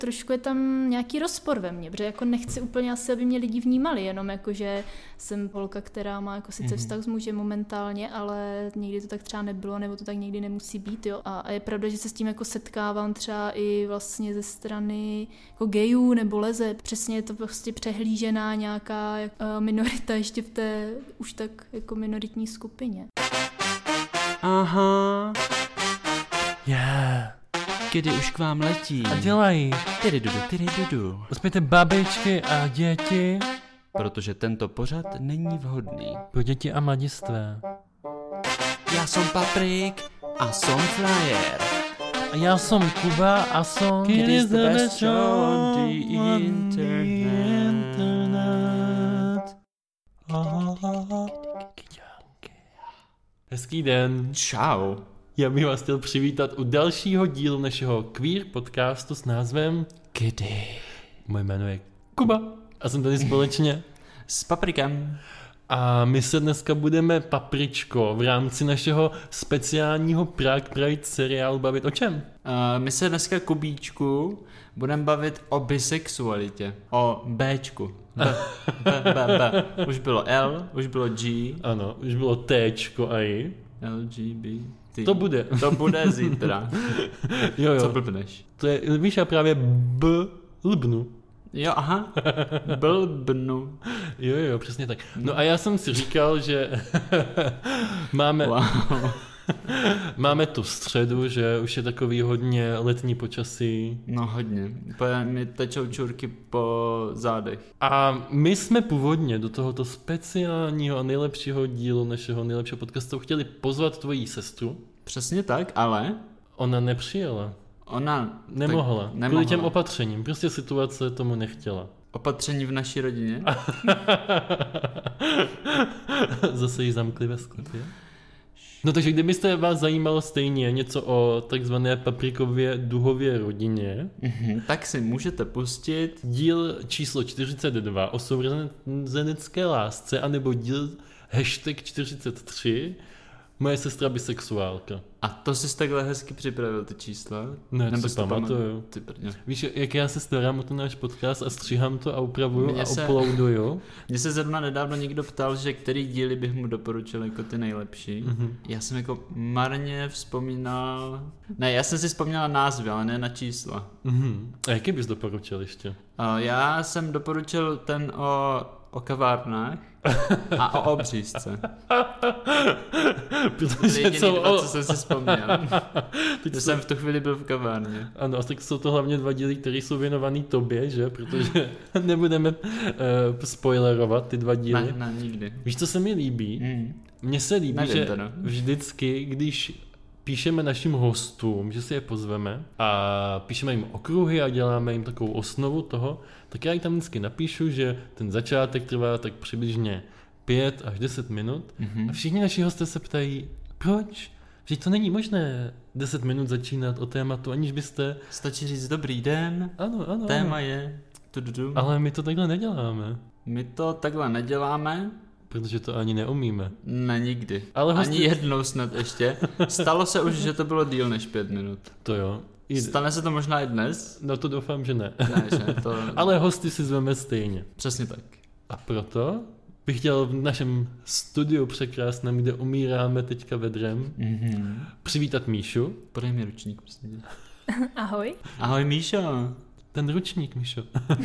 trošku je tam nějaký rozpor ve mně, protože jako nechci úplně asi, aby mě lidi vnímali, jenom jako, že jsem holka, která má jako sice vztah s mužem momentálně, ale nikdy to tak třeba nebylo, nebo to tak nikdy nemusí být, jo. A je pravda, že se s tím jako setkávám třeba i vlastně ze strany jako gayů nebo leze. Přesně je to prostě přehlížená nějaká minorita ještě v té už tak jako minoritní skupině. Aha. Yeah. Kdy už k vám letí. A dělají. Tyrydudu. Uspějte babičky a děti. Protože tento pořad není vhodný. Pro děti a mladistvé. Já jsem Paprik a jsem Flyer. A já jsem Kuba a jsem Kid is the best show on the internet. Hezký den. Čau. Já bych vás chtěl přivítat u dalšího dílu našeho queer podcastu s názvem Kdy? Moje jméno je Kuba a jsem tady společně S Paprikem. a my se dneska budeme, Papričko, v rámci našeho speciálního Prague Pride seriálu bavit o čem? My se dneska, Kubíčku, budeme bavit o bisexualitě. O Bčku. B. Už bylo L, už bylo G. Ano, už bylo Tčko a I. LGBT. To bude. To bude zítra. Jo. Co blbneš? To je, víš, já právě lbnu. Jo, aha. Blbnu. Jo, přesně tak. No a já jsem si říkal, že máme tu středu, že už je takový hodně letní počasí. No hodně. Mi tečou čurky po zádech. A my jsme původně do tohoto speciálního a nejlepšího dílu našeho nejlepšího podcastu chtěli pozvat tvoji sestru. Přesně tak, ale Ona nepřijela. ona Nemohla. Kvůli těm opatřením. Prostě situace tomu nechtěla. Opatření v naší rodině. Zase ji zamkli ve sklepě. No takže kdybyste vás zajímalo stejně něco o takzvané Paprikově duhově rodině, Tak si můžete pustit díl číslo 42 o sourozenecké lásce, anebo díl #43 Moje sestra bisexuálka. a to jsi takhle hezky připravil ty čísla? Ne, Nebo to jsi si pamatuju. Ty brně. Víš, jak já se starám o ten náš podcast a stříhám to a upravuju Mně a se- uploaduju? Mně se zrovna nedávno někdo ptal, že který díly bych mu doporučil jako ty nejlepší. Já jsem jako marně vzpomínal... Ne, já jsem si vzpomněl na názvy, ale ne na čísla. A jaký bys doporučil ještě? Já jsem doporučil ten o kavárnách a o obřízce. Protože Jediný dva, co jsem si vzpomněl. Že jsem v tu chvíli byl v kavárně. Ano, a tak jsou to hlavně dva díly, které jsou věnovaný tobě, že? Protože nebudeme spoilerovat ty dva díly. Ne, nikdy. Víš, co se mi líbí? Mně se líbí, Nevím že teda. vždycky, když píšeme našim hostům, že si je pozveme a píšeme jim okruhy a děláme jim takovou osnovu toho, tak já jim tam vždycky napíšu, že ten začátek trvá tak přibližně 5 až 10 minut a všichni naši hosté se ptají, proč? Vždyť to není možné 10 minut začínat o tématu, aniž byste... Stačí říct dobrý den, Ano. téma je... Tududu. Ale my to takhle neděláme, My to takhle neděláme, protože to ani neumíme. ne nikdy. Ale Ani jednou snad ještě. Stalo se už, že to bylo díl než 5 minut. To jo. Stane se to možná i dnes? No to doufám, že ne. Ne, že to... Ale hosty si zveme stejně. Přesně tak. A proto bych chtěl v našem studiu překrásném, kde umíráme teďka vedrem, přivítat Míšu. Podej mi ručník, prostě. Ahoj. Ahoj, Míšo. Ten ručník, Míšo.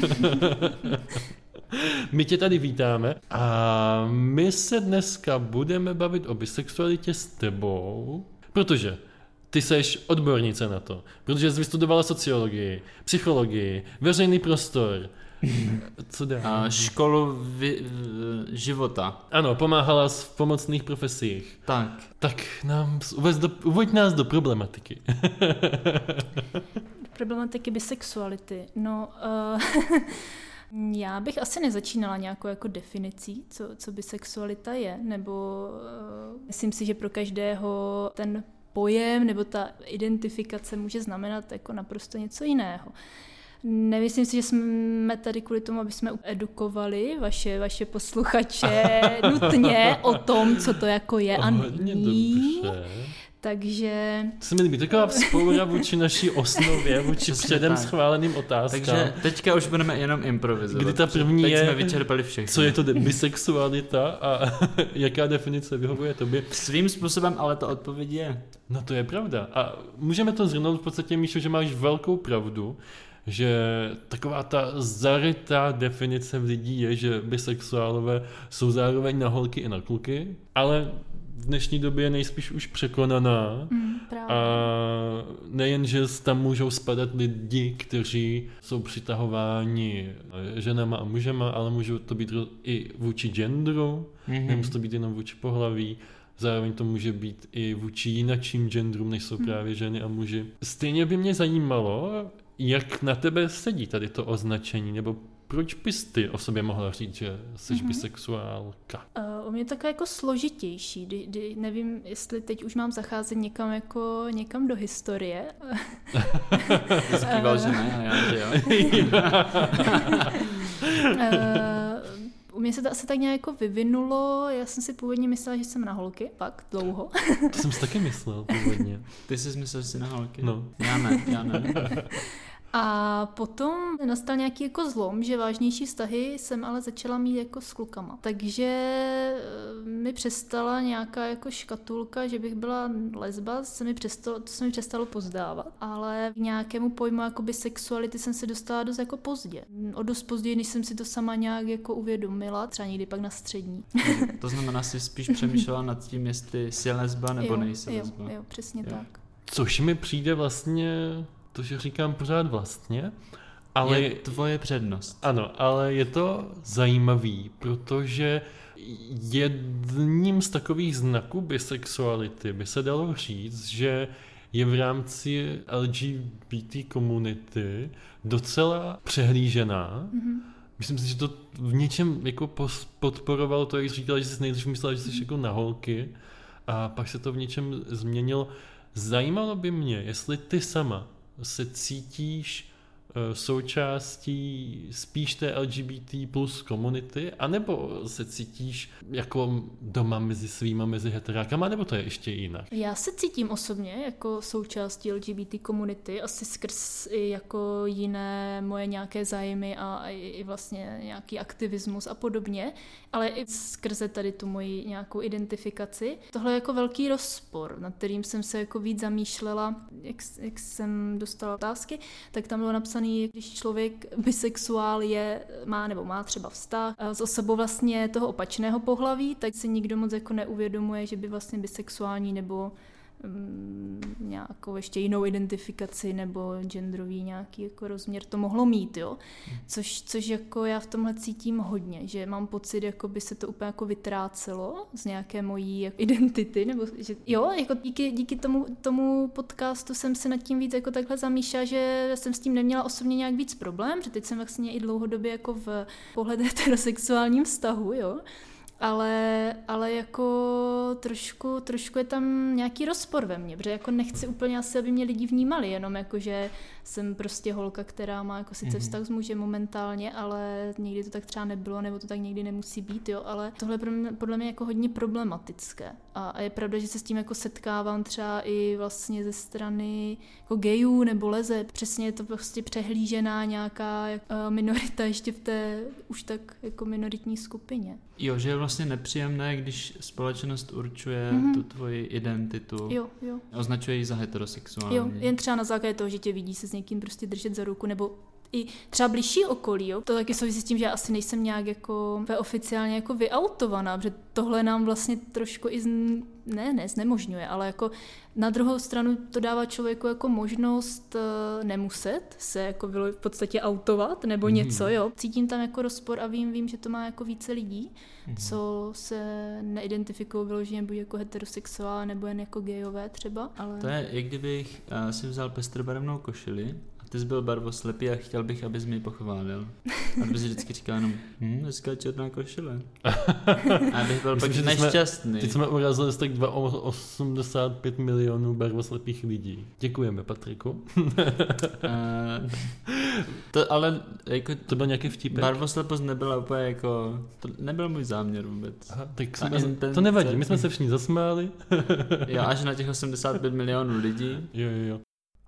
My tě tady vítáme a my se dneska budeme bavit o bisexualitě s tebou, protože ty seš odbornice na to, protože jsi vystudovala sociologii, psychologii, veřejný prostor. Co dál? Školu života. Ano, pomáhala jsi v pomocných profesích. Tak. Uveď nás do problematiky. Problematiky bisexuality. No, já bych asi nezačínala nějakou jako definicí, co bisexualita je, nebo myslím si, že pro každého ten pojem nebo ta identifikace může znamenat jako naprosto něco jiného. Nemyslím si, že jsme tady kvůli tomu, aby jsme edukovali vaše posluchače nutně o tom, co to jako je a není. Takže... To se mi líbí, taková vzpoura vůči naší osnově, vůči předem schváleným otázkám. Takže teďka už budeme jenom improvizovat. Kdy ta první teď je, jsme vyčerpali všechno. Co je to bisexualita a jaká definice vyhovuje tobě? Svým způsobem, ale ta odpověď je. No to je pravda. A můžeme to shrnout v podstatě, Míšo, že máš velkou pravdu, že taková ta zarytá definice v lidí je, že bisexuálové jsou zároveň na holky i na kluky, ale v dnešní době je nejspíš už překonaná. A nejen, že tam můžou spadat lidi, kteří jsou přitahováni ženama a mužema, ale můžou to být i vůči genderu, nemusí to být jenom vůči pohlaví, zároveň to může být i vůči jinačím genderům, než jsou právě ženy a muži. Stejně by mě zajímalo, jak na tebe sedí tady to označení, nebo proč bys ty o sobě mohla říct, že jsi bisexuálka? U mě je taková jako složitější, nevím, jestli teď už mám zacházet někam do historie. Skýval, že ne, a já, že jo. U mě se to asi tak nějak jako vyvinulo, já jsem si původně myslela, že jsem na holky, pak dlouho. To jsem si taky myslel původně. Ty jsi myslel, že jsi na holky? No. Já ne. A potom nastal nějaký jako zlom, že vážnější vztahy jsem ale začala mít jako s klukama. Takže mi přestala nějaká jako škatulka, že bych byla lesba, to se mi přestalo pozdávat. Ale k nějakému pojmu jako bisexuality jsem se dostala dost jako pozdě. O dost později, než jsem si to sama nějak jako uvědomila, třeba někdy pak na střední. To znamená, si spíš přemýšlela nad tím, jestli jsi lesba nebo nejsi lesba. Jo, přesně tak. Což mi přijde vlastně... To, že říkám pořád vlastně, ale... Je tvoje přednost. Ano, ale je to zajímavý, protože jedním z takových znaků bisexuality by se dalo říct, že je v rámci LGBT komunity docela přehlížená. Myslím si, že to v něčem jako podporovalo to, jak jsi říkala, že jsi nejdřív myslela, že jsi jako na holky a pak se to v něčem změnilo. Zajímalo by mě, jestli ty sama se cítíš součástí spíš té LGBT plus komunity, anebo se cítíš jako doma mezi heterákama, nebo to je ještě jinak? Já se cítím osobně jako součástí LGBT komunity, asi skrz i jako jiné moje nějaké zájmy a i vlastně nějaký aktivismus a podobně, ale i skrze tady tu moji nějakou identifikaci. Tohle je jako velký rozpor, nad kterým jsem se jako víc zamýšlela, jak jsem dostala otázky, tak tam bylo napsané, když člověk bisexuál má třeba vztah s osobou vlastně toho opačného pohlaví, tak si nikdo moc jako neuvědomuje, že by vlastně bisexuální nebo nějakou ještě jinou identifikaci nebo genderový nějaký jako rozměr to mohlo mít, jo. Což jako já v tomhle cítím hodně, že mám pocit, jako by se to úplně jako vytrácelo z nějaké mojí jako identity, nebo že jo, jako díky tomu podcastu jsem se nad tím víc jako takhle zamýšlela, že jsem s tím neměla osobně nějak víc problém, že teď jsem vlastně i dlouhodobě jako v pohledu heterosexuálním vztahu, jo. Ale jako trošku je tam nějaký rozpor ve mně, protože jako nechci úplně asi, aby mě lidi vnímali, jenom jako, že jsem prostě holka, která má jako sice vztah s mužem momentálně, ale někdy to tak třeba nebylo, nebo to tak někdy nemusí být, jo, ale tohle je podle mě jako hodně problematické. A je pravda, že se s tím jako setkávám třeba i vlastně ze strany jako gayů nebo leseb. Přesně je to prostě přehlížená nějaká minorita ještě v té už tak jako minoritní skupině. Jo, že je vlastně nepříjemné, když společnost určuje tu tvoji identitu. Jo. Označuje ji za heterosexuální. Jo, jen třeba na základě toho, že tě vidí se s někým prostě držet za ruku, nebo i třeba blížší okolí, jo. To taky souvisí s tím, že já asi nejsem nějak jako oficiálně jako vyautovaná, protože tohle nám vlastně trošku i znemožňuje, ale jako na druhou stranu to dává člověku jako možnost nemuset se jako v podstatě autovat nebo něco, jo. Cítím tam jako rozpor a vím, že to má jako více lidí, co se neidentifikují vyloženě buď jako heterosexuál nebo jen jako gayové třeba, ale... To je, jak kdybych si vzal pestrobarevnou košili a ty jsi byl barvoslepý a chtěl bych, abys mi pochválil. A ty jsi vždycky říkal jenom, dneska je černá košile. A bych byl pak nešťastný. Teď jsme urazili tak 85 milionů barvoslepých lidí. Děkujeme, Patriku. To ale jako... To byl nějaký vtipek? Barvoslepost nebyla úplně jako... To nebyl můj záměr vůbec. Aha, tak to nevadí, my jsme se všichni zasmáli. Jo, až na těch 85 milionů lidí. Jo.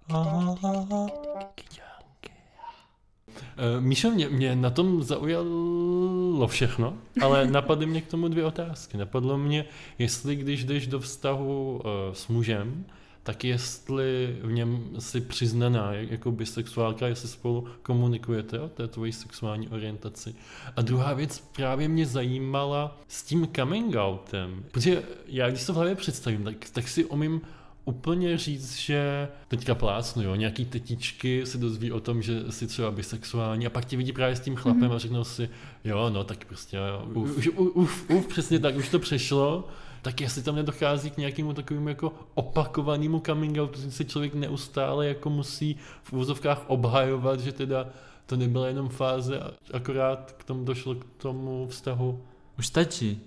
Míšo, mě na tom zaujalo všechno, ale napadly mě k tomu 2 otázky. Napadlo mě, jestli když jdeš do vztahu s mužem, tak jestli v něm jsi přiznaná jako bisexuálka, jestli spolu komunikujete o té tvojí sexuální orientaci. A druhá věc právě mě zajímala s tím coming outem, protože já když to v hlavě představím, tak si umím úplně říct, že teďka plácnu, jo, nějaký tetičky se dozví o tom, že jsi třeba bisexuální a pak tě vidí právě s tím chlapem a řeknou si, jo, no tak prostě, jo, přesně tak, už to přešlo, tak jestli tam nedochází k nějakému takovému jako opakovanému coming outu, že se člověk neustále jako musí v úvozovkách obhajovat, že teda to nebyla jenom fáze, akorát k tomu došlo k tomu vztahu. Už stačí.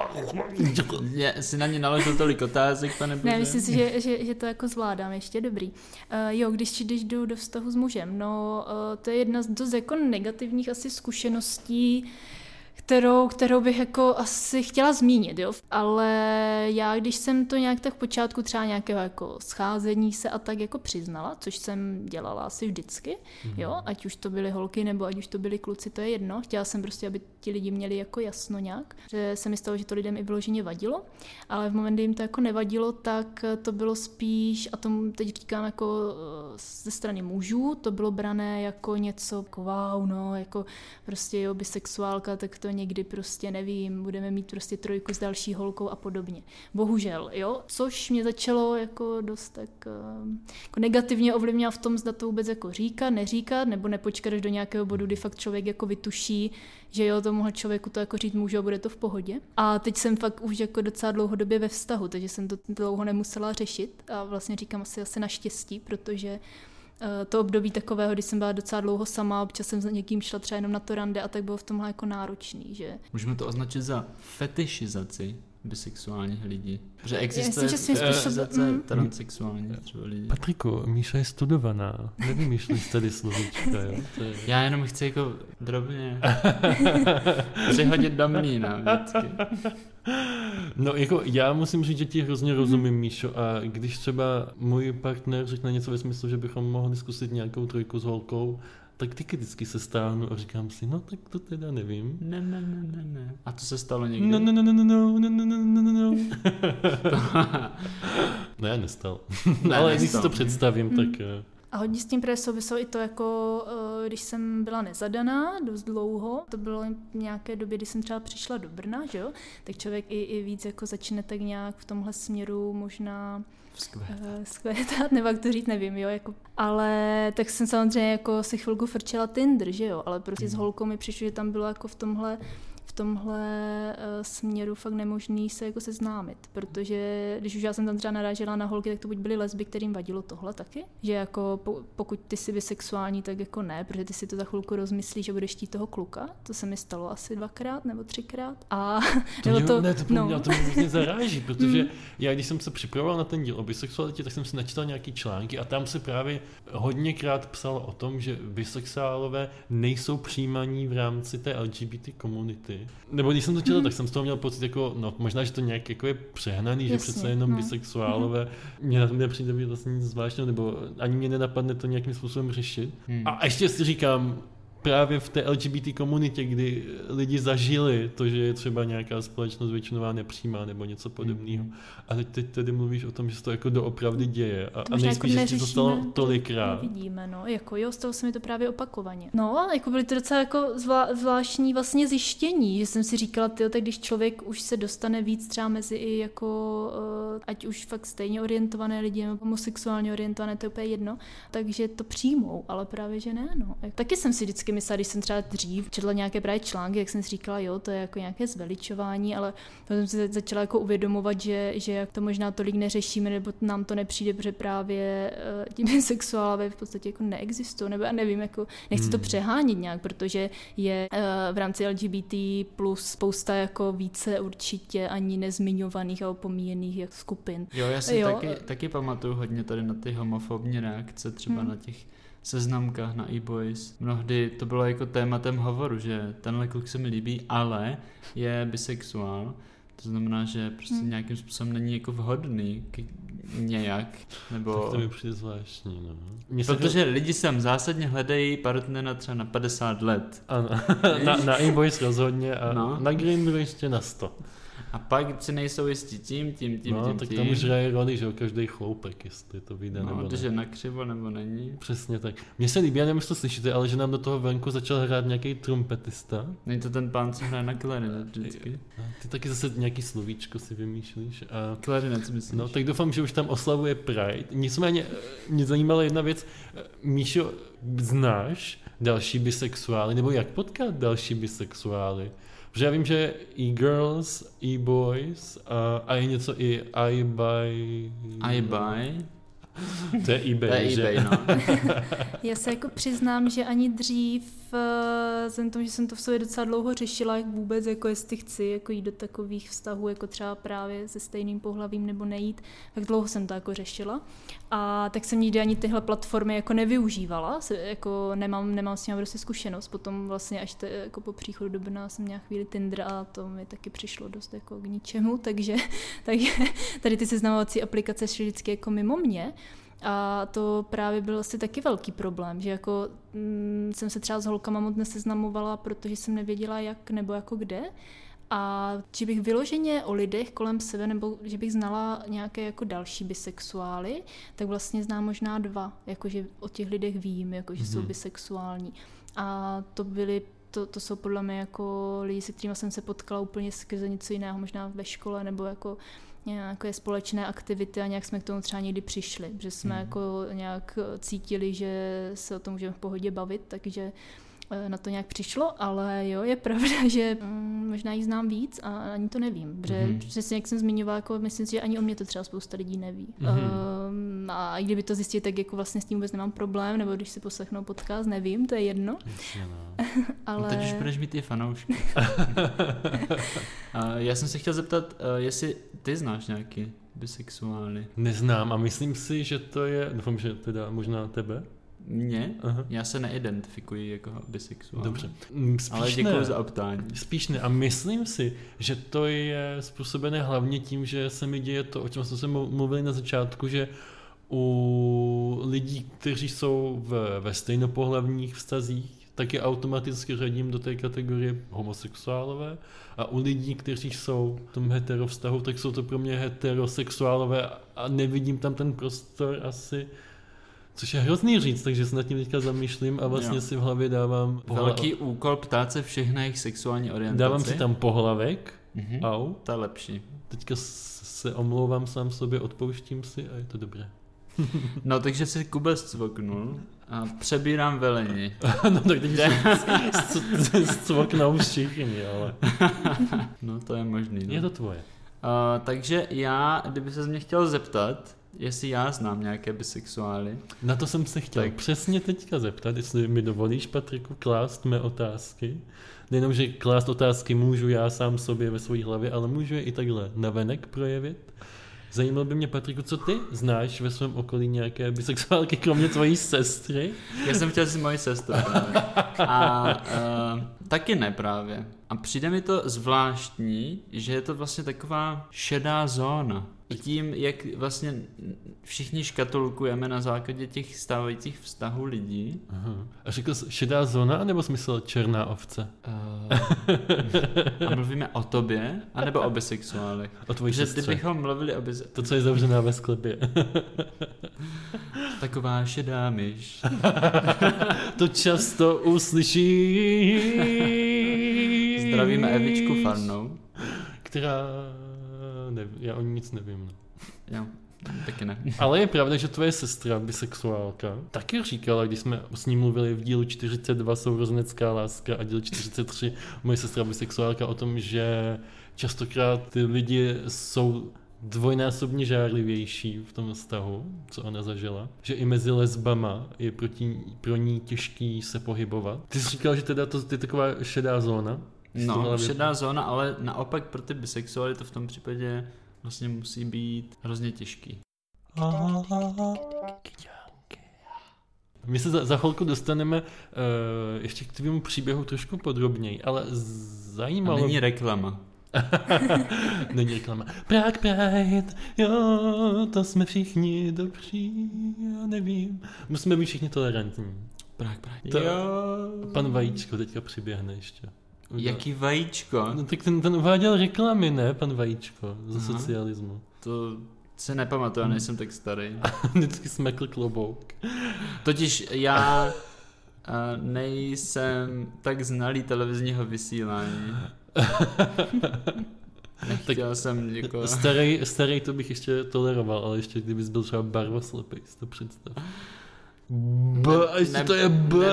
Já si na ně naložil tolik otázek, pane bože. Ne, myslím si, že to jako zvládám ještě, dobrý. Jo, když jdu do vztahu s mužem, no to je jedna z dost jako negativních asi zkušeností, kterou bych jako asi chtěla zmínit, jo. Ale já, když jsem to nějak tak v počátku třeba nějakého jako scházení se a tak jako přiznala, což jsem dělala asi vždycky, jo, ať už to byly holky nebo ať už to byly kluci, to je jedno. Chtěla jsem prostě, aby ti lidi měli jako jasno nějak, že se mi stalo, že to lidem i vyloženě vadilo, ale v moment, kdy jim to jako nevadilo, tak to bylo spíš, a tomu teď říkám jako ze strany mužů, to bylo brané jako něco jako wow, no, jako prostě jo, bisexuálka, tak to někdy prostě nevím, budeme mít prostě 3 s další holkou a podobně. Bohužel, jo, což mě začalo jako dost tak jako negativně ovlivňovat v tom, zda to vůbec jako říkat, neříkat, nebo nepočkat až do nějakého bodu, kdy fakt člověk jako vytuší, že jo, tomuhle člověku to jako říct můžu a bude to v pohodě. A teď jsem fakt už jako docela dlouhodobě ve vztahu, takže jsem to dlouho nemusela řešit a vlastně říkám asi naštěstí, protože to období takového, kdy jsem byla docela dlouho sama, občas jsem za někým šla třeba jenom na to rande a tak bylo v tomhle jako náročný, že... Můžeme to označit za fetišizaci bisexuálních lidí. Protože existuje fetišizace transsexuálních třeba lidí. Patriku, Míša je studovaná, nevymýšlíš tady slovíčka, jo? Já jenom chci jako drobně přihodit do mlýna vždycky. No jako já musím říct, že ti hrozně rozumím, Míšo, a když třeba můj partner řekne něco ve smyslu, že bychom mohli zkusit nějakou 3 s holkou, tak ty vždycky se stáhnu a říkám si, no tak to teda nevím. Ne. A to se stalo někdy? No. No já nestalo. Ale když si to představím, tak... A hodně s tím právě souviselo i to, jako když jsem byla nezadaná dost dlouho, to bylo nějaké době, kdy jsem třeba přišla do Brna, že jo, tak člověk i víc jako začne tak nějak v tomhle směru možná skvětat, nebo jak to říct, nevím, jo, jako. Ale tak jsem samozřejmě jako si chvilku frčela Tinder, že jo, ale prostě s holkou mi přišlo, že tam bylo jako v tomhle směru fakt nemožný se jako seznámit, protože když už já jsem tam třeba narážela na holky, tak to buď byly lesby, kterým vadilo tohle taky, že jako pokud ty jsi bisexuální, tak jako ne, protože ty si to za chvilku rozmyslíš, že budeš chtít toho kluka, to se mi stalo asi 2krát nebo 3krát. A to mě vlastně zaráží, protože já když jsem se připravoval na ten díl o bisexualitě, tak jsem si načítal nějaký články a tam se právě hodněkrát psalo o tom, že bisexuálové nejsou přijímaní v rámci té LGBT komunity. Nebo když jsem to četl, tak jsem z toho měl pocit, jako, no možná, že to nějak jako je přehnaný, že přece jenom bisexuálové, mě na tom nepřijde být vlastně nic zvláštního, nebo ani mě nenapadne to nějakým způsobem řešit. A ještě si říkám, právě v té LGBT komunitě, kdy lidi zažili to, že je třeba nějaká společnost většinová nepřijímá nebo něco podobného. A teď tedy mluvíš o tom, že se to jako doopravdy děje. A nejspíš, že se to stalo tolikrát. Nevidíme, no, jako jo, stalo se mi to právě opakovaně. No, ale jako byly to docela jako zvláštní vlastně zjištění, že jsem si říkala, tak když člověk už se dostane víc třeba mezi i jako, ať už fakt stejně orientované lidi nebo homosexuálně orientované, to je úplně jedno, takže to přijmou, ale právě že ne, no. Taky jsem si vždycky vždycky myslela, když jsem třeba dřív četla nějaké právě články, jak jsem si říkala, jo, to je jako nějaké zveličování, ale potom jsem si začala jako uvědomovat, že jak to možná tolik neřešíme, nebo nám to nepřijde, protože právě ti bisexuálové v podstatě jako neexistují, nebo já nevím, jako nechci to přehánit nějak, protože je v rámci LGBT plus spousta jako více určitě ani nezmiňovaných a opomíjených jak skupin. Jo, já si taky pamatuju hodně tady na ty homofobní reakce, třeba na těch seznamkách na e-boys. Mnohdy to bylo jako tématem hovoru, že tenhle kluk se mi líbí, ale je bisexuál. To znamená, že prostě nějakým způsobem není jako vhodný nějak. Nebo... Tak to mi přijde zvláštní, no. Protože lidi sem zásadně hledají partnera třeba na 50 let. Ano, na e-boys rozhodně a na Grindru ještě na 100. A pak si nejsou jistí tím. Tak tam už hraje roli, že každý chloupek, jestli to vyjde nebo ne. Protože nakřivo nebo není. Přesně tak. Mně se líbí, já nevím, jestli to slyšíte, ale že nám do toho venku začal hrát nějaký trumpetista. Není to ten pán, co hraje na klarinet vždycky? Ty taky zase nějaký slovíčko si vymýšlíš. A... Klarinet si myslíš? No, tak doufám, že už tam oslavuje Pride. Nicméně mě zajímala jedna věc. Míšo, znáš další bisexuály, nebo jak potkat další bisexuály? Protože já vím, že e-girls, e-boys a je něco i i-bi. I-bi? To je eBay, to je že? eBay, no. Já se jako přiznám, že ani dřív, vzhledem tomu, že jsem to v sobě docela dlouho řešila, jak vůbec, jako jestli chci jako jít do takových vztahů, jako třeba právě se stejným pohlavím nebo nejít, tak dlouho jsem to jako řešila. A tak jsem nikdy ani tyhle platformy jako nevyužívala, jako nemám s tím prostě zkušenost. Potom vlastně až jako po příchodu do Brna jsem měla chvíli Tinder a to mi taky přišlo dost jako k ničemu, takže tady ty seznamovací aplikace šly vždycky jako mimo mě. A to právě byl asi taky velký problém, že jako jsem se třeba s holkama moc neseznamovala, protože jsem nevěděla jak nebo jako kde. A že bych vyloženě o lidech kolem sebe, nebo že bych znala nějaké jako další bisexuály, tak vlastně znám možná 2, jakože o těch lidech vím, jakože jsou bisexuální. A to jsou podle mě jako lidi, se kterými jsem se potkala úplně skrze něco jiného, možná ve škole, nebo jako nějaké společné aktivity a nějak jsme k tomu třeba někdy přišli, že jsme jako nějak cítili, že se o tom můžeme v pohodě bavit, takže na to nějak přišlo, ale jo, je pravda, že možná jí znám víc a ani to nevím, protože přesně jak jsem zmiňovala, jako myslím si, že ani o mě to třeba spousta lidí neví. A i kdyby to zjistili, tak jako vlastně s tím vůbec nemám problém, nebo když si poslechnou podcast, nevím, to je jedno. Ale... No teď už budeš mít i fanoušky. Já jsem se chtěl zeptat, jestli ty znáš nějaký bisexuály. Neznám a myslím si, že to je, doufám, že teda možná tebe. Mně? Já se neidentifikuji jako bisexuál. Dobře. Ale děkuji za optání. Spíš ne. A myslím si, že to je způsobené hlavně tím, že se mi děje to, o čem jsme se mluvili na začátku, že u lidí, kteří jsou ve stejnopohlavních vztazích, taky automaticky řadím do té kategorie homosexuálové a u lidí, kteří jsou v tom heterovztahu, tak jsou to pro mě heterosexuálové a nevidím tam ten prostor asi, což je hrozný říct, takže se nad tím teďka zamýšlím a vlastně si v hlavě dávám... Velký úkol ptát se všech na jejich sexuální orientaci. Dávám si tam pohlavek, au. To je lepší. Teďka se omlouvám sám sobě, odpouštím si a je to dobré. No takže si Kuba zcvoknul a přebírám velení. No tak teď zcvoknou všichni, ale... No to je možný. No. Je to tvoje. Takže já, kdyby se mě chtěl zeptat, jestli já znám nějaké bisexuály. Na to jsem se chtěl přesně teďka zeptat, jestli mi dovolíš, Patriku, klást mé otázky. Nejenom, že klást otázky můžu já sám sobě ve své hlavě, ale můžu je i takhle navenek projevit. Zajímalo by mě, Patriku, co ty znáš ve svém okolí nějaké bisexuálky, kromě tvojí sestry? Já jsem chtěl si moji sestru. A taky ne právě. A přijde mi to zvláštní, že je to vlastně taková šedá zóna. Tím, jak vlastně všichni škatulkujeme na základě těch stávajících vztahů lidí. Aha. A řekl jsi šedá zóna, nebo smysl černá ovce? A mluvíme o tobě, anebo o bisexuálech? O tvojí sestře. Kdybychom mluvili o bisexuálech. To, co je zavřená ve sklepě. Taková šedá myš. To často uslyší. Zdravíme Evičku Farnou. Která... já o ní nic nevím. No. Jo. Taky ne. Ale je pravda, že tvoje sestra, bisexuálka, taky říkala, když jsme s ní mluvili v dílu 42 Sourozenecká láska a díl 43 moje sestra bisexuálka o tom, že častokrát ty lidi jsou dvojnásobně žárlivější v tom vztahu, co ona zažila. Že i mezi lesbama je pro ní těžký se pohybovat. Ty jsi říkal, že teda to je taková šedá zóna? No, šedá zóna, ale naopak pro ty bisexuály to v tom případě vlastně musí být hrozně těžký. My se za chvilku dostaneme ještě k tvému příběhu trošku podrobněji, ale zajímalo... A není reklama. Není reklama. Prague Pride, jo, to jsme všichni dobří, já nevím. Musíme být všichni tolerantní. Prague Pride, jo. Pan Vajíčko teďka přiběhne ještě. Jaký Vajíčko? No tak ten uváděl reklamy, ne, pan Vajíčko, za socialismu. To se nepamatuju, nejsem tak starý. Vždycky smekl klobouk. Totiž já nejsem tak znalý televizního vysílání. Nechtěl jsem jako... Starý to bych ještě toleroval, ale ještě kdybys byl třeba barvoslepý, si to představ. To je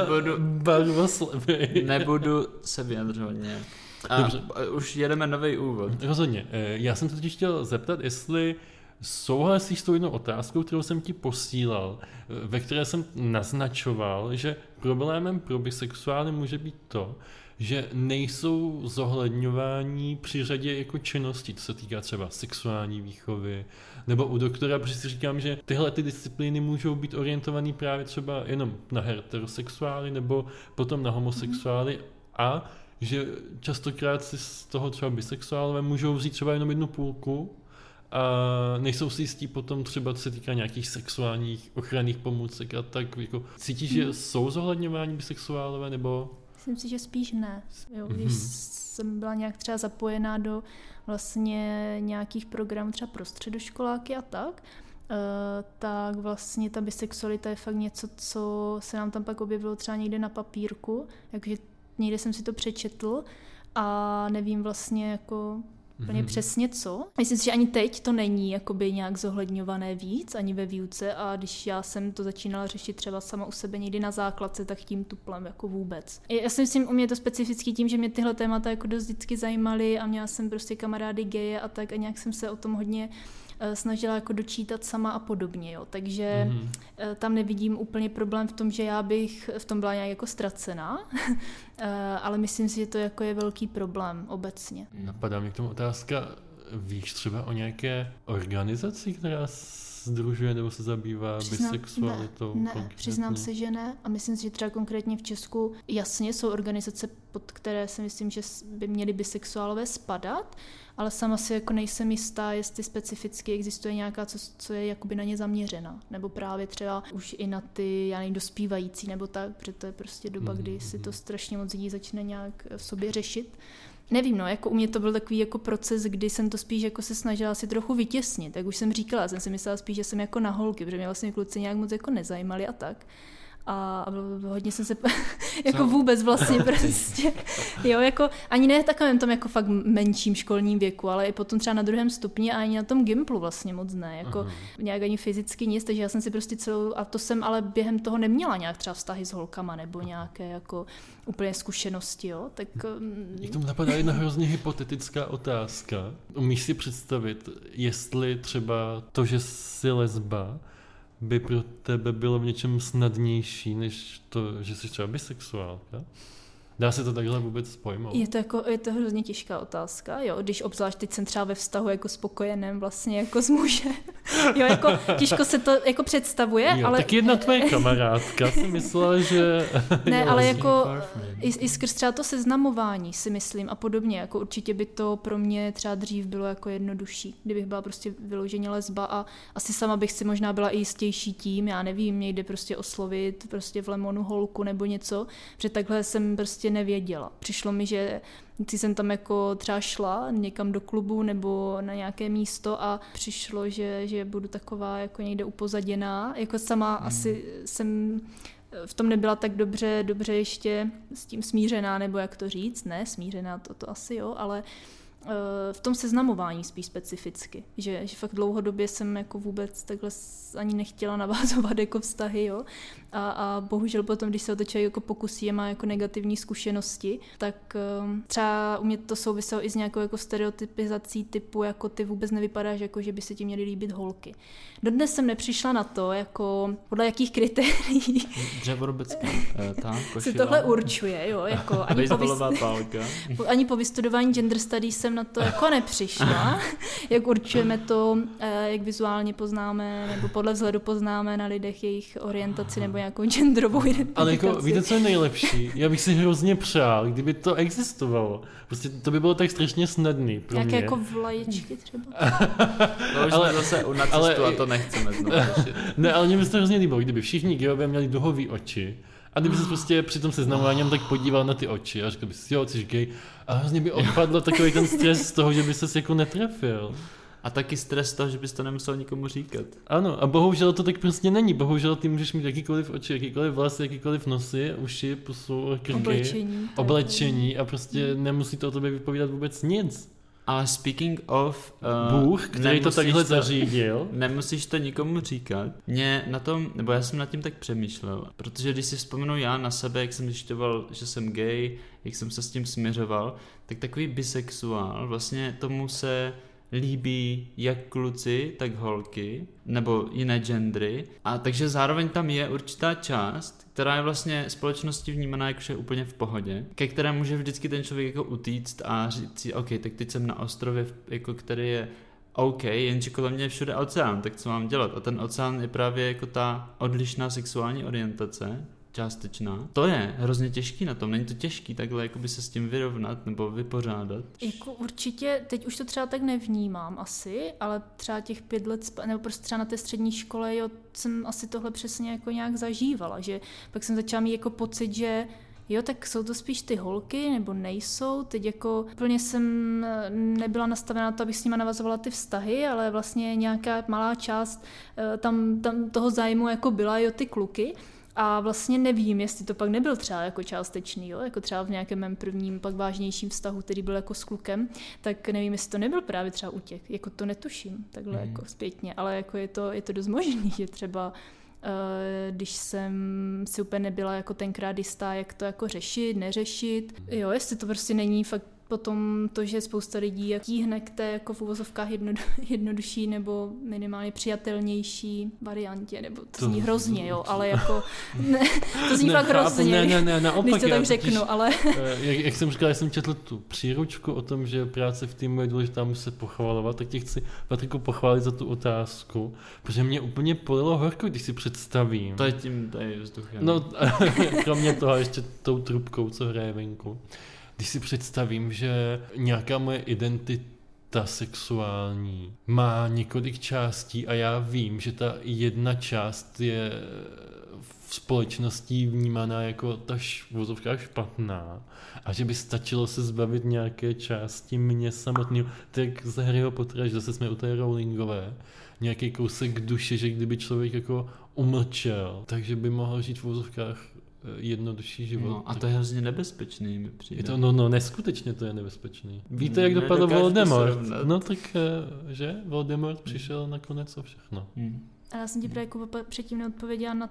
barvoslepý. Nebudu se vyjadřovat nějak. Už jedeme nový úvod. Rozhodně. Já jsem se totiž chtěl zeptat, jestli souhlasíš s tou jednou otázkou, kterou jsem ti posílal, ve které jsem naznačoval, že problémem pro bisexuály může být to, že nejsou zohledňováni při řadě jako činností, to se týká třeba sexuální výchovy, nebo u doktora, protože si říkám, že tyhle ty disciplíny můžou být orientované právě třeba jenom na heterosexuály, nebo potom na homosexuály a že častokrát si z toho třeba bisexuálové můžou vzít třeba jenom jednu půlku a nejsou si jistí potom třeba, co se týká nějakých sexuálních ochranných pomůcek a tak, jako cítíš, že jsou zohledňováni bisexuálové, nebo... Myslím si, že spíš ne. Jo, když jsem byla nějak třeba zapojená do vlastně nějakých programů třeba pro středoškoláky a tak vlastně ta bisexualita je fakt něco, co se nám tam pak objevilo třeba někde na papírku, jakože někde jsem si to přečetl a nevím vlastně jako úplně přesně co. Myslím si, že ani teď to není jakoby nějak zohledňované víc, ani ve výuce a když já jsem to začínala řešit třeba sama u sebe někdy na základce, tak tím tuplem jako vůbec. Já si myslím, u mě je to specifický tím, že mě tyhle témata jako dost vždycky zajímaly a měla jsem prostě kamarády geje a tak a nějak jsem se o tom hodně snažila jako dočítat sama a podobně, jo. Takže tam nevidím úplně problém v tom, že já bych v tom byla nějak jako ztracená, ale myslím si, že to jako je velký problém obecně. Napadá mě k tomu otázka, víš třeba o nějaké organizaci, která sdružuje nebo se zabývá bisexualitou? Ne, přiznám se, že ne a myslím si, že třeba konkrétně v Česku jasně jsou organizace, pod které si myslím, že by měly bisexuálové spadat, ale sama si jako nejsem jistá, jestli specificky existuje nějaká, co je jakoby na ně zaměřena, nebo právě třeba už i na ty, já nevím, dospívající, nebo tak, protože to je prostě doba, kdy si to strašně moc lidí začne nějak v sobě řešit. Nevím, no, jako u mě to byl takový jako proces, kdy jsem to spíš jako se snažila si trochu vytěsnit, jak už jsem říkala, jsem si myslela spíš, že jsem jako na holky, protože mě vlastně kluci nějak moc jako nezajímali a tak. A hodně jsem se jako vůbec vlastně prostě, jo, jako ani ne takovém tom jako fakt menším školním věku, ale i potom třeba na 2. stupni a ani na tom gymplu vlastně moc ne, jako nějak ani fyzicky nic, takže já jsem si prostě a to jsem ale během toho neměla nějak třeba vztahy s holkama nebo nějaké jako úplně zkušenosti, jo, tak... K tomu napadá jedna hrozně hypotetická otázka. Umíš si představit, jestli třeba to, že jsi lesba, by pro tebe bylo v něčem snadnější, než to, že jsi třeba bisexuálka? Dá se to takhle vůbec pojmout? Je to hrozně těžká otázka, jo, když obzvlášť teď jsem třeba ve vztahu jako spokojeném vlastně jako s mužem. Jo, jako těžko se to jako představuje, jo, ale... Tak jedna tvoje kamarádka si myslela, že... Ne, ale jako i skrz třeba to seznamování si myslím a podobně, jako určitě by to pro mě třeba dřív bylo jako jednodušší, kdybych byla prostě vyloženě lesba a asi sama bych si možná byla i jistější tím, já nevím, někde prostě oslovit prostě v Lemonu holku nebo něco, protože takhle jsem prostě nevěděla. Přišlo mi, že jsem tam jako třeba šla někam do klubu nebo na nějaké místo a přišlo, že budu taková jako někde upozaděná. Jako sama asi jsem v tom nebyla tak dobře ještě s tím smířená, nebo jak to říct, ne smířená, to asi jo, ale v tom seznamování spíš specificky, že fakt dlouhodobě jsem jako vůbec takhle ani nechtěla navázovat jako vztahy, jo. A bohužel potom, když se o to člověk jako pokusí a má jako negativní zkušenosti, tak třeba u mě to souviselo i s nějakou jako stereotypizací typu, jako ty vůbec nevypadáš, jako že by se ti měly líbit holky. Dodnes jsem nepřišla na to, jako podle jakých kritérií Dřevorobecká, košile. se tohle určuje, jo, jako ani po vystudování gender studies jsem na to jako nepřišla, jak určujeme to, jak vizuálně poznáme, nebo podle vzhledu poznáme na lidech jejich orientaci nebo nějakou genderovou identifikaci. Ale jako, víte, co je nejlepší? Já bych si hrozně přál, kdyby to existovalo. Prostě to by bylo tak strašně snadný pro nějaké mě. jako vlaječky třeba. To už ale, zase na cestu a to nechceme znovu řešit. Ne, ale mě by se to hrozně líbilo, kdyby všichni geové měli duhový oči. A kdyby se prostě při tom seznamování tak podíval na ty oči a řekl by si, jo, jsi gay. A hrozně by odpadl takový ten stres z toho, že by ses jako netrefil. A taky stres toho, že bys to nemusel nikomu říkat. Ano, a bohužel to tak prostě není. Bohužel ty můžeš mít jakýkoliv oči, jakýkoliv vlasy, jakýkoliv nosy, uši, pusu, krky, oblečení a prostě nemusí to o tobě vypovídat vůbec nic. Ale speaking of... Bůh, který to takhle zařídil. Nemusíš to nikomu říkat. Mě na tom, nebo já jsem nad tím tak přemýšlel, protože když si vzpomenu já na sebe, jak jsem zjišťoval, že jsem gay, jak jsem se s tím směřoval, tak takový bisexuál, vlastně tomu se líbí jak kluci, tak holky, nebo jiné gendry. A takže zároveň tam je určitá část, která je vlastně společností vnímaná jakože úplně v pohodě, ke které může vždycky ten člověk jako utíct a říct si, OK, tak teď jsem na ostrově, jako který je OK, jenže kolem mě je všude oceán, tak co mám dělat? A ten oceán je právě jako ta odlišná sexuální orientace, částečná. To je hrozně těžký na tom, není to těžký takhle jakoby se s tím vyrovnat nebo vypořádat. Jako určitě, teď už to třeba tak nevnímám asi, ale třeba těch 5 let, nebo prostě třeba na té střední škole, jo, jsem asi tohle přesně jako nějak zažívala, že pak jsem začala mít jako pocit, že jo, tak jsou to spíš ty holky, nebo nejsou. Teď jako úplně jsem nebyla nastavená na to, abych s nima navazovala ty vztahy, ale vlastně nějaká malá část tam toho zájmu jako byla, jo, ty kluky. A vlastně nevím, jestli to pak nebyl třeba jako částečný, jo? Jako třeba v nějakém mém prvním pak vážnějším vztahu, který byl jako s klukem, tak nevím, jestli to nebyl právě třeba u těch, jako to netuším takhle jako zpětně, ale jako je to dost možný, že třeba když jsem si úplně nebyla jako tenkrát jistá, jak to jako řešit, neřešit, jo, jestli to prostě není fakt potom to, že spousta lidí tíhne k té jako v uvozovkách jednodušší nebo minimálně přijatelnější variantě, nebo to zní hrozně, jo, ale jako to zní fakt hrozně, ne, naopak, když to tak řeknu, ale... Jak jsem říkal, já jsem četl tu příručku o tom, že práce v týmu je důležitá, musí se pochvalovat, tak tě chci, Patriku, pochválit za tu otázku, protože mě úplně polilo horko, když si představím. To je tím, tady vzduchem. No, kromě toho ještě tou trubkou, co hraje venku. Když si představím, že nějaká moje identita sexuální má několik částí a já vím, že ta jedna část je v společnosti vnímaná jako ta vozovka špatná a že by stačilo se zbavit nějaké části mě samotného, tak z Harryho Pottera, že zase jsme u té Rowlingové, nějaký kousek duše, že kdyby člověk jako umlčel, takže by mohl žít v vozovkách jednodušší život. No, a to je hrozně nebezpečný, mi přijde. Je to neskutečně to je nebezpečný. Víte, jak dopadl Voldemort? No tak, že? Voldemort přišel nakonec o všechno. A já jsem ti právě předtím neodpověděla na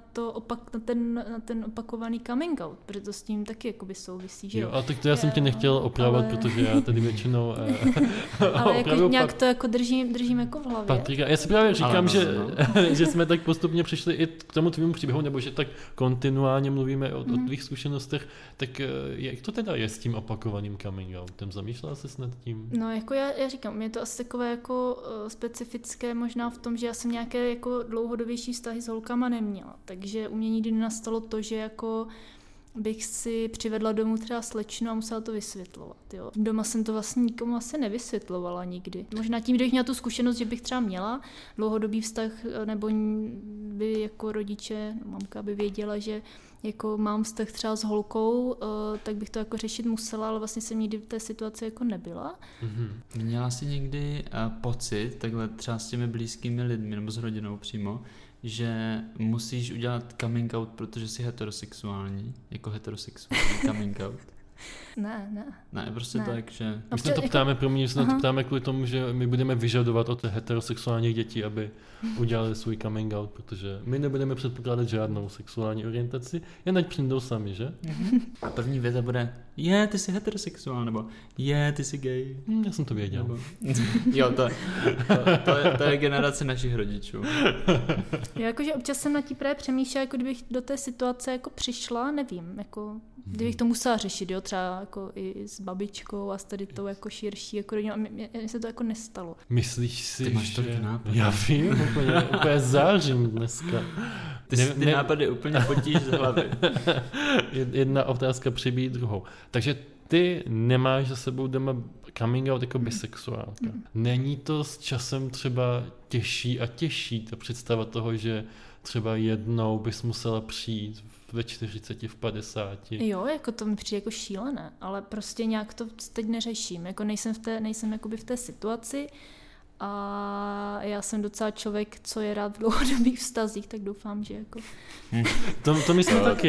ten opakovaný coming out, protože to s tím taky jakoby souvisí, že jo? A tak to já jsem tě nechtěl opravovat, protože já tady většinou ale jako nějak to jako držím jako v hlavě. Patrika, já si právě říkám, že jsme tak postupně přišli i k tomu tvému příběhu, nebo že tak kontinuálně mluvíme o tvých zkušenostech, tak jak to teda je s tím opakovaným coming outem? Zamýšlela ses nad tím? No jako já říkám, mě to asi takové jako specifické možná v tom, že já jsem nějaké jako dlouhodobější vztahy s holkama neměla, takže u mě nikdy nenastalo to, že jako bych si přivedla domů třeba slečnu a musela to vysvětlovat. Jo. Doma jsem to vlastně nikomu asi nevysvětlovala nikdy. Možná tím, kdybych měla tu zkušenost, že bych třeba měla dlouhodobý vztah, nebo by jako rodiče, mamka by věděla, že jako mám vztah třeba s holkou, tak bych to jako řešit musela, ale vlastně jsem nikdy v té situaci jako nebyla. Měla jsi někdy pocit, takhle třeba s těmi blízkými lidmi, nebo s rodinou přímo, že musíš udělat coming out, protože jsi heterosexuální, jako heterosexuální coming out? Ne, prostě tak, že... My se to ptáme, se to ptáme kvůli tomu, že my budeme vyžadovat od heterosexuálních dětí, aby udělali svůj coming out, protože my nebudeme předpokládat žádnou sexuální orientaci, jen ať přijdou sami, že? A první věta bude, ty jsi heterosexuál, nebo ty jsi gay. Já jsem to věděl. Nebo... Jo, to je generace našich rodičů. Já jakože občas jsem na tí právě přemýšlela, jako kdybych do té situace jako přišla, nevím, jako kdybych to musela řešit, jo, třeba jako i s babičkou a s tady tou jako širší jako rodinou, a mně se to jako nestalo. Myslíš si, ty máš že... nápad. Já vím, úplně zářím dneska. Ty nápady úplně potíš z hlavy. Jedna otázka přibíjí druhou. Takže ty nemáš za sebou doma coming out jako bisexuálka. Není to s časem třeba těžší a těžší ta představa toho, že třeba jednou bys musela přijít ve 40, v 50? Jo, jako to mi přijde jako šílené, ale prostě nějak to teď neřeším. Jako nejsem jakoby v té situaci a já jsem docela člověk, co je rád v dlouhodobých vztazích, tak doufám, že jako... To myslím taky.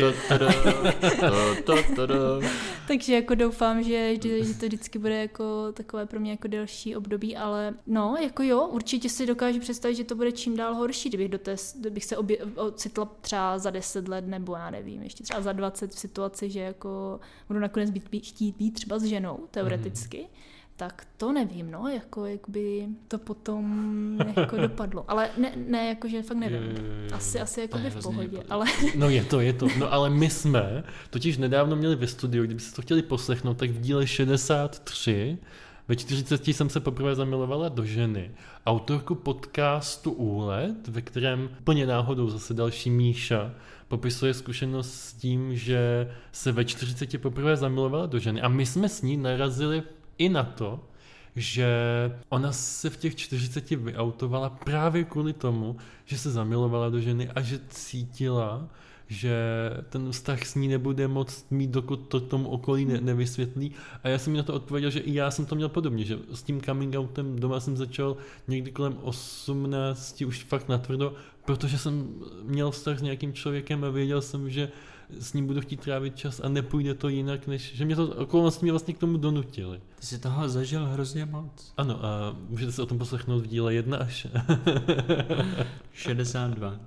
Takže jako doufám, že to vždycky bude jako takové pro mě jako delší období, ale no, jako jo, určitě si dokážu představit, že to bude čím dál horší, kdybych se ocitla třeba za 10 let, nebo já nevím, ještě třeba za 20 v situaci, že jako budu nakonec chtít být třeba s ženou, teoreticky. Tak to nevím, no, jako jak by to potom jako dopadlo. Ale ne, jakože fakt nevím. Asi jako by v pohodě, ale... No je to. No ale my jsme totiž nedávno měli ve studiu, kdybyste to chtěli poslechnout, tak v díle 63 ve 40 jsem se poprvé zamilovala do ženy. Autorku podcastu Úlet, ve kterém plně náhodou zase další Míša popisuje zkušenost s tím, že se ve 40 poprvé zamilovala do ženy. A my jsme s ní narazili i na to, že ona se v těch 40 vyautovala právě kvůli tomu, že se zamilovala do ženy a že cítila, že ten vztah s ní nebude moc mít, dokud to tomu okolí nevysvětlí. A já jsem mi na to odpověděl, že i já jsem to měl podobně, že s tím coming outem doma jsem začal někdy kolem 18, už fakt natvrdo, protože jsem měl vztah s nějakým člověkem a věděl jsem, že s ním budu chtít trávit čas a nepůjde to jinak, než že mě to okolnosti mě vlastně k tomu donutily. Ty jsi toho zažil hrozně moc. Ano, a můžete se o tom poslechnout v díle 1 až 62.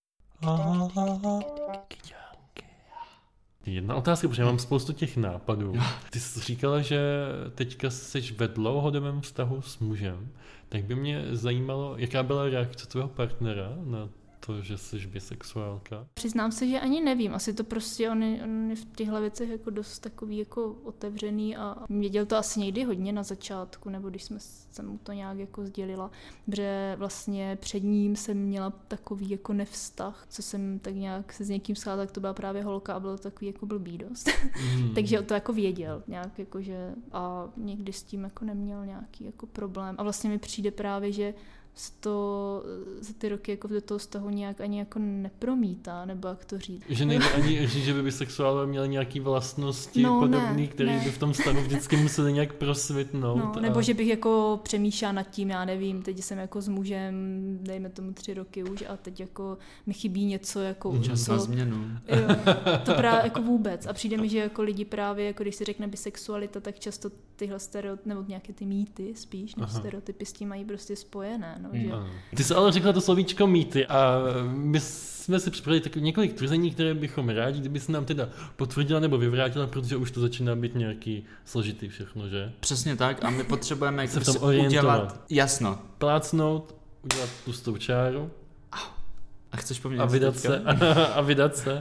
Jedna otázka, protože já mám spoustu těch nápadů. Ty jsi říkala, že teďka jsi ve dlouhodobém vztahu s mužem, tak by mě zajímalo, jaká byla reakce tvého partnera na to, že jsi bisexuálka. Přiznám se, že ani nevím. Asi to prostě on je v těchto věcech jako dost takový jako otevřený a věděl to asi někdy hodně na začátku, nebo když jsem mu to nějak jako sdělila, že vlastně před ním jsem měla takový jako nevztah, co jsem tak nějak se s někým scházela, tak to byla právě holka a bylo to takový jako blbý dost. Takže to jako věděl nějak jakože a někdy s tím jako neměl nějaký jako problém. A vlastně mi přijde právě, že to za ty roky jako do toho vztahu nějak ani jako nepromítá, nebo jak to říct. Že nejde ani říct, že by bisexuálové měli nějaké vlastnosti podobné, které by v tom vztahu vždycky museli nějak prosvitnout. No, nebo že bych jako přemýšlela nad tím, já nevím, teď jsem jako s mužem, dejme tomu 3 roky už a teď jako mi chybí něco jako... Čas na změnu. Jo, to právě jako vůbec. A přijde mi, že jako lidi právě, jako když se řekne bisexualita, tak často tyhle stereotypy, nebo nějaké ty mýty spíš, než stereotypy s tím mají prostě spojené. No, že... Ty jsi ale řekla to slovíčko mýty a my jsme si připravili takový několik tvrzení, které bychom rádi, kdyby se nám teda potvrdila nebo vyvrátila, protože už to začíná být nějaký složitý všechno, že? Přesně tak a my potřebujeme se v tom orientovat. Jasno. Plácnout, udělat tlustou čáru. A chceš po mně a vydat se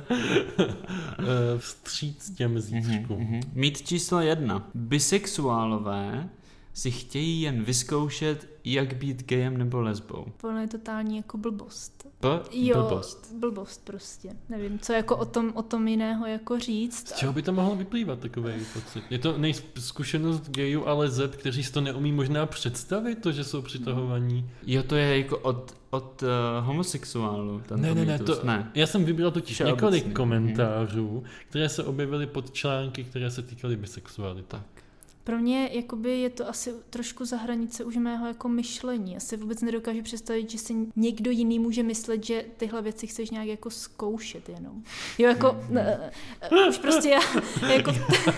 vstříc těm zítřkům. Mýt číslo 1. Bisexuálové si chtějí jen vyzkoušet, jak být gejem nebo lesbou. Ono je totální jako blbost. Blbost prostě. Nevím, co jako o tom jiného jako říct. Z čeho by to mohlo vyplývat takový pocit? Je to zkušenost gejů a leseb, kteří si to neumí možná představit, to, že jsou přitahovaní? Jo, to je jako od homosexuálů. Ne. Já jsem vybral totiž několik komentářů, které se objevily pod články, které se týkaly bisexuality. Pro mě jakoby je to asi trošku za hranice už mého jako myšlení. Asi vůbec nedokážu představit, že si někdo jiný může myslet, že tyhle věci chceš nějak jako zkoušet jenom. Jo, jako už prostě já jako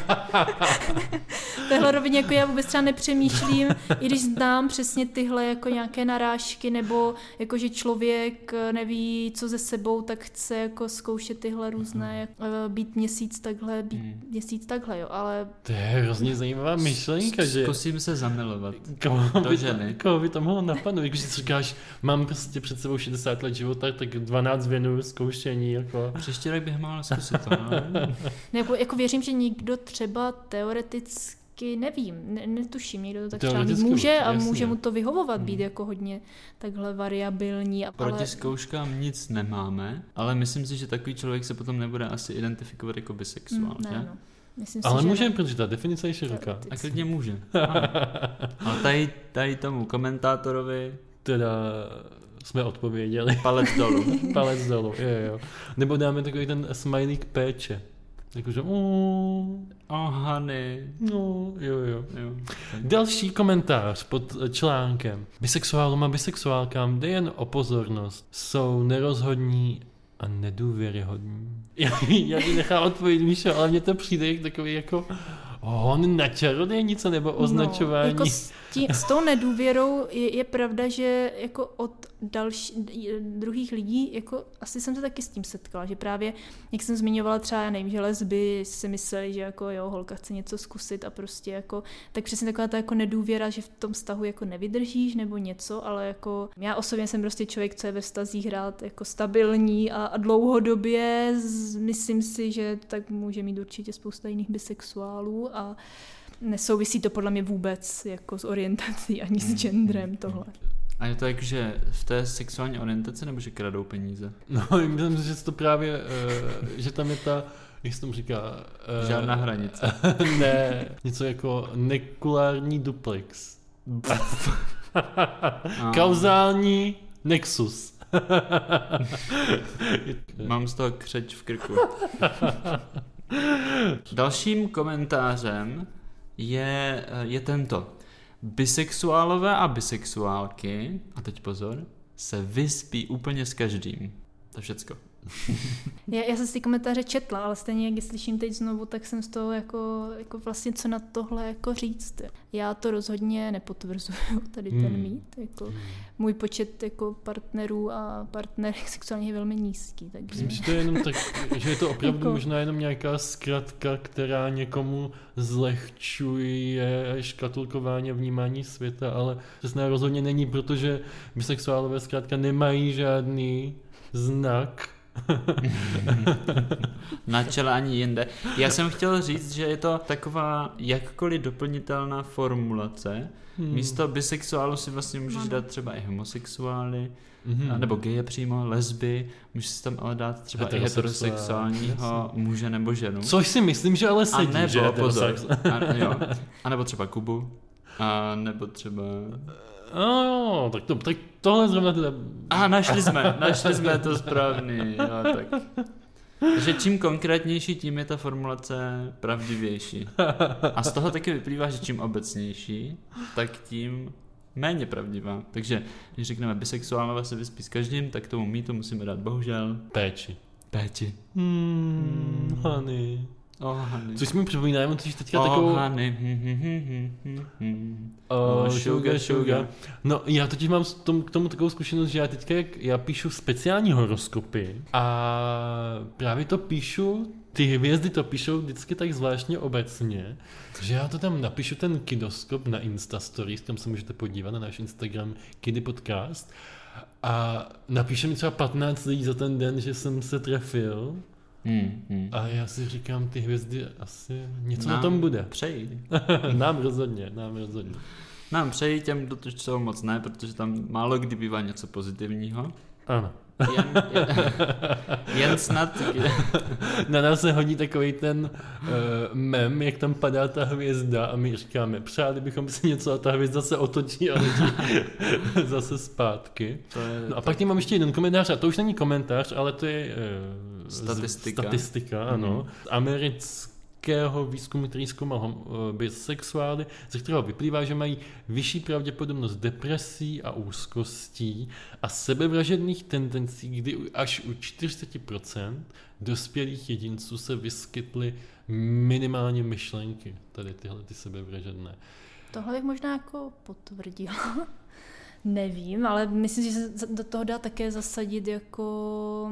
v téhle rovině jako já vůbec třeba nepřemýšlím, i když znám přesně tyhle jako nějaké narážky, nebo jako že člověk neví, co ze sebou, tak chce jako zkoušet tyhle různé, být měsíc takhle, jo, ale... To je hrozně zajímavá myšlenka, že... Zkusím se zamilovat Koho by to mohlo napadnout? Když si říkáš, mám prostě před sebou 60 let života, tak 12 věnuju zkoušení, jako... Příští rok bych mohla zkusit to, no. Nebo jako věřím, že někdo třeba teoreticky nevím, netuším, někdo to tak třeba může a může mu to vyhovovat, být jako hodně takhle variabilní. Proti zkouškám nic nemáme, ale myslím si, že takový člověk se potom nebude asi identifikovat jako bisexuál, že? No. Myslím ale si, může, protože ta definice je široká. A klidně může. Ale tady tomu komentátorovi teda jsme odpověděli. Palec dolů. Palec dolů, jo. Nebo dáme takový ten smajlík péče. Jakože honey. No, jo. Další komentář pod článkem. Bisexuálům a bisexuálkám jde jen o pozornost. Jsou nerozhodní a nedůvěryhodní. Já ti nechám odpovědět, Míšo, ale mně to přijde jak takový jako hon na čarodějnice nebo označování. No, jako s tou nedůvěrou je pravda, že jako od druhých lidí, jako asi jsem se taky s tím setkala, že právě, jak jsem zmiňovala třeba, já nevím, že lesby si mysleli, že jako jo, holka chce něco zkusit a prostě jako, tak přesně taková ta jako nedůvěra, že v tom vztahu jako nevydržíš nebo něco, ale jako já osobně jsem prostě člověk, co je ve vztazích rád jako stabilní a dlouhodobě, myslím si, že tak může mít určitě spousta jiných bisexuálů a nesouvisí to podle mě vůbec jako s orientací ani s genderem tohle. A je to jak, že v té sexuální orientaci nebo že kradou peníze? No, myslím, že to právě, že tam je ta, jak se tomu říká? Žádná hranice. Ne, něco jako nekulární duplex. Kauzální nexus. Mám z toho křeč v krku. Dalším komentářem je tento. Bisexuálové a bisexuálky, a teď pozor, se vyspí úplně s každým. To všecko. Já jsem si ty komentáře četla, ale stejně jak je slyším teď znovu, tak jsem z toho jako vlastně co na tohle jako říct. Já to rozhodně nepotvrzuju, tady ten mýt. Jako, můj počet jako partnerů a partnerek sexuálně je velmi nízký. Takže... Myslím, že to je jenom tak, že je to opravdu jako... možná jenom nějaká zkratka, která někomu zlehčuje škatulkování a vnímání světa, ale přesně rozhodně není, protože bisexuálové zkrátka nemají žádný znak na čele ani jinde. Já jsem chtěl říct, že je to taková jakkoliv doplnitelná formulace. Místo bisexuálu si vlastně můžeš dát třeba i homosexuály, nebo geje přímo, lesby, můžeš si tam ale dát třeba i heterosexuálního muže nebo ženu. Což si myslím, že ale sedí, a nebo, že a nebo třeba Kubu, a nebo třeba... No, tak tohle zrovna teda... Našli jsme to správný. Jo, tak. Takže čím konkrétnější, tím je ta formulace pravdivější. A z toho taky vyplývá, že čím obecnější, tak tím méně pravdivá. Takže když řekneme bisexuálové se vyspí s každým, tak tomu mýtu musíme dát bohužel péči. Honey. Honey. Což mi připomíná, jenom totiž teďka takovou... honey. Sugar. No, já totiž mám k tomu takovou zkušenost, že já teďka, já píšu speciální horoskopy a právě to píšu, ty hvězdy to píšou vždycky tak zvláštně obecně, že já to tam napíšu ten kidoskop na Instastories, tam se můžete podívat na náš Instagram Kiddy Podcast a napíše mi třeba 15 lidí za ten den, že jsem se trefil. A já si říkám, ty hvězdy asi něco na tom bude. Přeji. Nám rozhodně. Nám přeji, těm, kdo to jsou moc ne, protože tam málo kdy bývá něco pozitivního. Ano. Jen snad. Na nás se hodí takový ten mem, jak tam padá ta hvězda a my říkáme, přáli bychom si něco a ta hvězda se otočí a letí zase zpátky. No a pak tím mám ještě jeden komentář a to už není komentář, ale to je statistika, ano. amerického výzkumu, který zkoumal bisexuály, ze kterého vyplývá, že mají vyšší pravděpodobnost depresí a úzkostí a sebevražedných tendencí, kdy až u 40% dospělých jedinců se vyskytly minimálně myšlenky, tady tyhle ty sebevražedné. Tohle bych možná jako potvrdila. Nevím, ale myslím, že se do toho dá také zasadit jako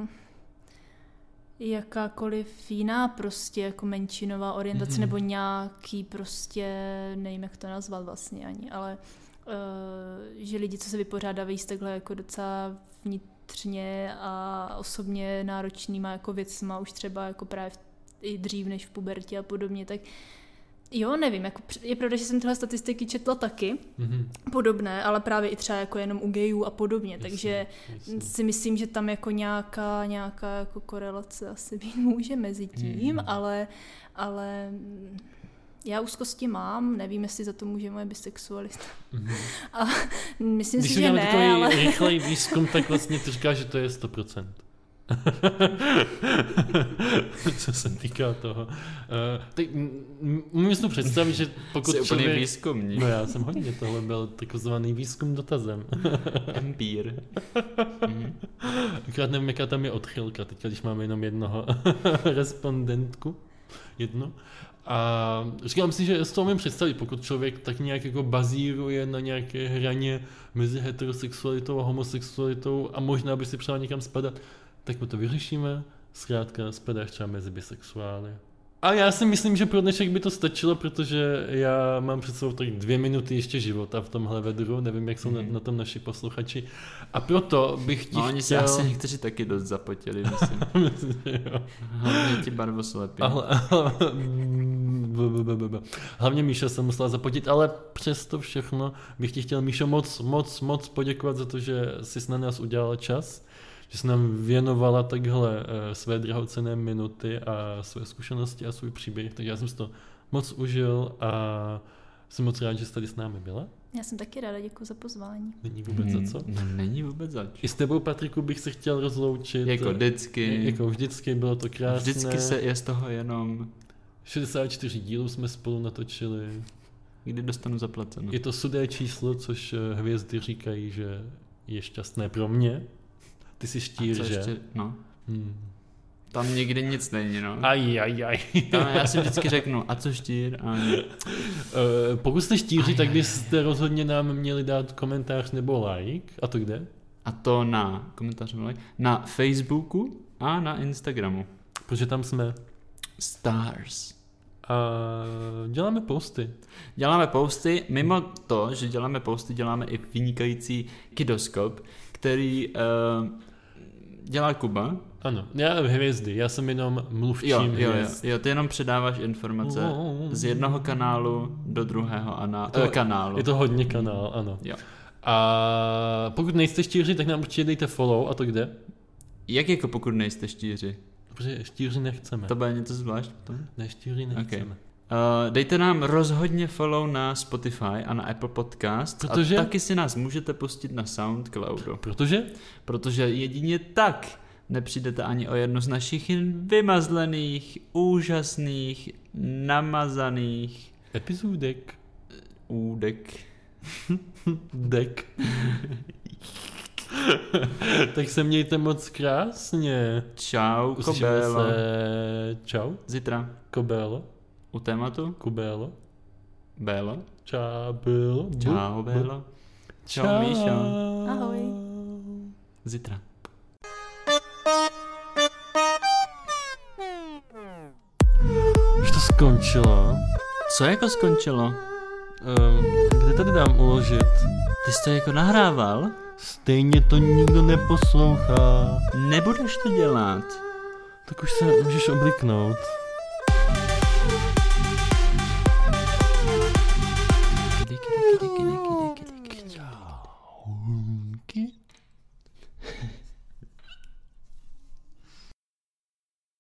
jakákoliv jiná prostě jako menšinová orientace nebo nějaký prostě, nevím jak to nazvat vlastně ani, ale že lidi, co se vypořádávají s takhle jako docela vnitřně a osobně náročnýma jako věcma už třeba jako právě i dřív než v pubertě a podobně, tak jo, nevím, jako je pravda, že jsem tyhle statistiky četla taky, podobné, ale právě i třeba jako jenom u gayů a podobně, takže si myslím, že tam jako nějaká jako korelace asi být může mezi tím, ale já úzkosti mám, nevím, jestli za to může moje bisexualita. A myslím si, že ne, ale... Když rychlej výzkum, tak vlastně ty říkáš, že to je 100%. Co se týká toho. Tak umím si to představit, že pokud jsi úplný výzkumník. No já jsem hodně, tohle byl takzvaný výzkum dotazem. Empír. Akorát nevím, jaká tam je odchylka, teď když máme jenom jednoho respondentku. Jednu. A říkám si, že z toho umím představit, pokud člověk tak nějak jako bazíruje na nějaké hraně mezi heterosexualitou a homosexualitou a možná by si přál někam spadat, tak my to vyřešíme, zkrátka spadáš třeba mezi bisexuály. A já si myslím, že pro dnešek by to stačilo, protože já mám před sebou tak 2 minuty ještě života v tomhle vedru, nevím, jak jsou na tom naši posluchači. A proto bych ti chtěl... Oni se asi někteří taky dost zapotili, myslím. Hlavně ti barvoslepí. Hlavně Míša se musela zapotit, ale přesto všechno bych ti chtěl, Míšo, moc poděkovat za to, že jsi na nás udělala čas, že jsi nám věnovala takhle své drahocenné minuty a své zkušenosti a svůj příběh, takže já jsem si to moc užil a jsem moc rád, že jsi tady s námi byla. Já jsem taky ráda, děkuji za pozvání. Není vůbec za co? Není vůbec zač. I s tebou, Patriku, bych se chtěl rozloučit. Jako vždycky. Jako vždycky, bylo to krásné. Vždycky je z toho jenom... 64 dílů jsme spolu natočili. Kdy dostanu zaplaceno. Je to sudé číslo, což hvězdy říkají, že je šťastné pro mě. Ty jsi štír, že? Ještě? No. Tam nikdy nic není, no. Aj. Tam já si vždycky řeknu, a co štír? Pokud jste štíři, tak byste rozhodně nám měli dát komentář nebo like. A to kde? A to na komentář nebo like? Na Facebooku a na Instagramu. Protože tam jsme Stars. A děláme posty. Děláme posty, mimo to, že děláme posty, děláme i vynikající kidoskop, který dělá Kuba. Ano, já hvězdy, já jsem jenom mluvčím hvězd. Jo, ty jenom předáváš informace z jednoho kanálu do druhého kanálu. Je to hodně kanál, ano. Jo. A pokud nejste štíři, tak nám určitě dejte follow, a to kde? Jak jako pokud nejste štíři? Protože štíři nechceme. To bude něco zvlášť? Ne, štíři nechceme. Okay. Dejte nám rozhodně follow na Spotify a na Apple Podcast. Protože? A taky si nás můžete pustit na Soundcloudu. Protože? Protože jedině tak nepřijdete ani o jednu z našich vymazlených, úžasných, namazaných epizodek. Dek. Tak se mějte moc krásně. Čau, Kobélo. Čau. Zítra. Kobélo. U tématu? Kubélo. Bélo. Čau, Bélo. Čau, Bélo. Čau, Míšo. Ahoj. Zítra. Už to skončilo. Co jako skončilo? Kde tady dám uložit? Ty jsi to jako nahrával? Stejně to nikdo neposlouchá. Nebudeš to dělat. Tak už se můžeš obliknout. Díky.